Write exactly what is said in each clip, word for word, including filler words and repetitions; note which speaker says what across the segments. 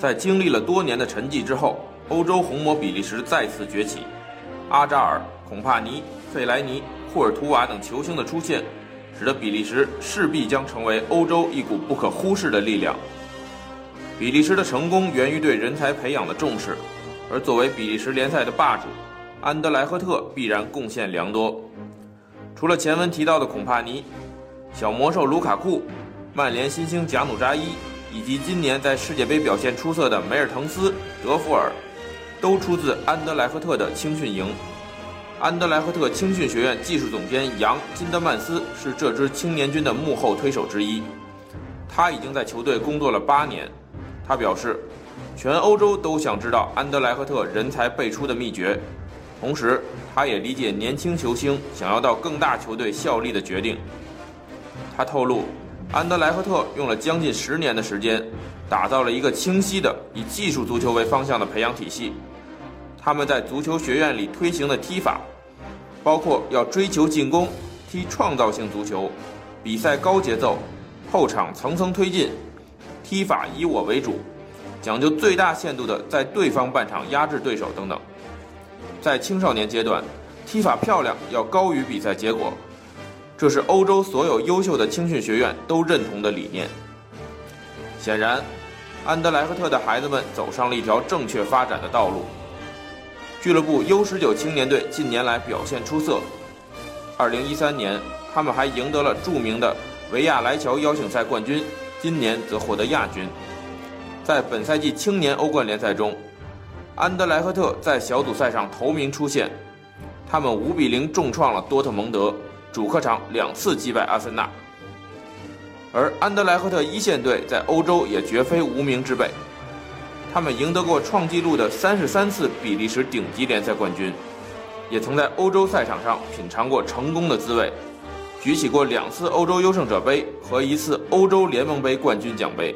Speaker 1: 在经历了多年的沉寂之后，欧洲红魔比利时再次崛起。阿扎尔、孔帕尼、费莱尼、库尔图瓦等球星的出现，使得比利时势必将成为欧洲一股不可忽视的力量。比利时的成功源于对人才培养的重视，而作为比利时联赛的霸主，安德莱赫特必然贡献良多。除了前文提到的孔帕尼、小魔兽卢卡库、曼联新星贾努扎伊，以及今年在世界杯表现出色的梅尔滕斯、德弗尔，都出自安德莱赫特的青训营。安德莱赫特青训学院技术总监杨金德曼斯是这支青年军的幕后推手之一，他已经在球队工作了八年。他表示，全欧洲都想知道安德莱赫特人才辈出的秘诀，同时他也理解年轻球星想要到更大球队效力的决定。他透露，安德莱赫特用了将近十年的时间，打造了一个清晰的以技术足球为方向的培养体系。他们在足球学院里推行的踢法，包括要追求进攻、踢创造性足球、比赛高节奏、后场层层推进、踢法以我为主，讲究最大限度的在对方半场压制对手等等。在青少年阶段，踢法漂亮要高于比赛结果，这是欧洲所有优秀的青训学院都认同的理念。显然，安德莱赫特的孩子们走上了一条正确发展的道路。俱乐部 U 十九 青年队近年来表现出色。二零一三年，他们还赢得了著名的维亚莱乔邀请赛冠军，今年则获得亚军。在本赛季青年欧冠联赛中，安德莱赫特在小组赛上头名出现，他们五比零重创了多特蒙德，主客场两次击败阿森纳。而安德莱赫特一线队在欧洲也绝非无名之辈，他们赢得过创纪录的三十三次比利时顶级联赛冠军，也曾在欧洲赛场上品尝过成功的滋味，举起过两次欧洲优胜者杯和一次欧洲联盟杯冠军奖杯。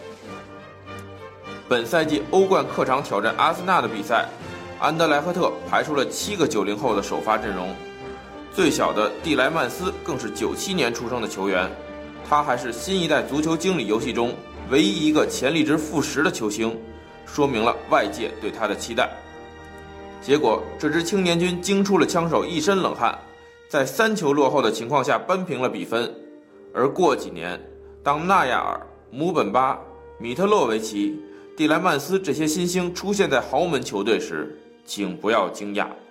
Speaker 1: 本赛季欧冠客场挑战阿森纳的比赛，安德莱赫特排出了七个九零后的首发阵容，最小的蒂莱曼斯更是九七年出生的球员，他还是新一代足球经理游戏中唯一一个潜力值负十的球星，说明了外界对他的期待。结果这支青年军惊出了枪手一身冷汗，在三球落后的情况下扳平了比分。而过几年，当纳亚尔、姆本巴、米特洛维奇、蒂莱曼斯这些新星出现在豪门球队时，请不要惊讶。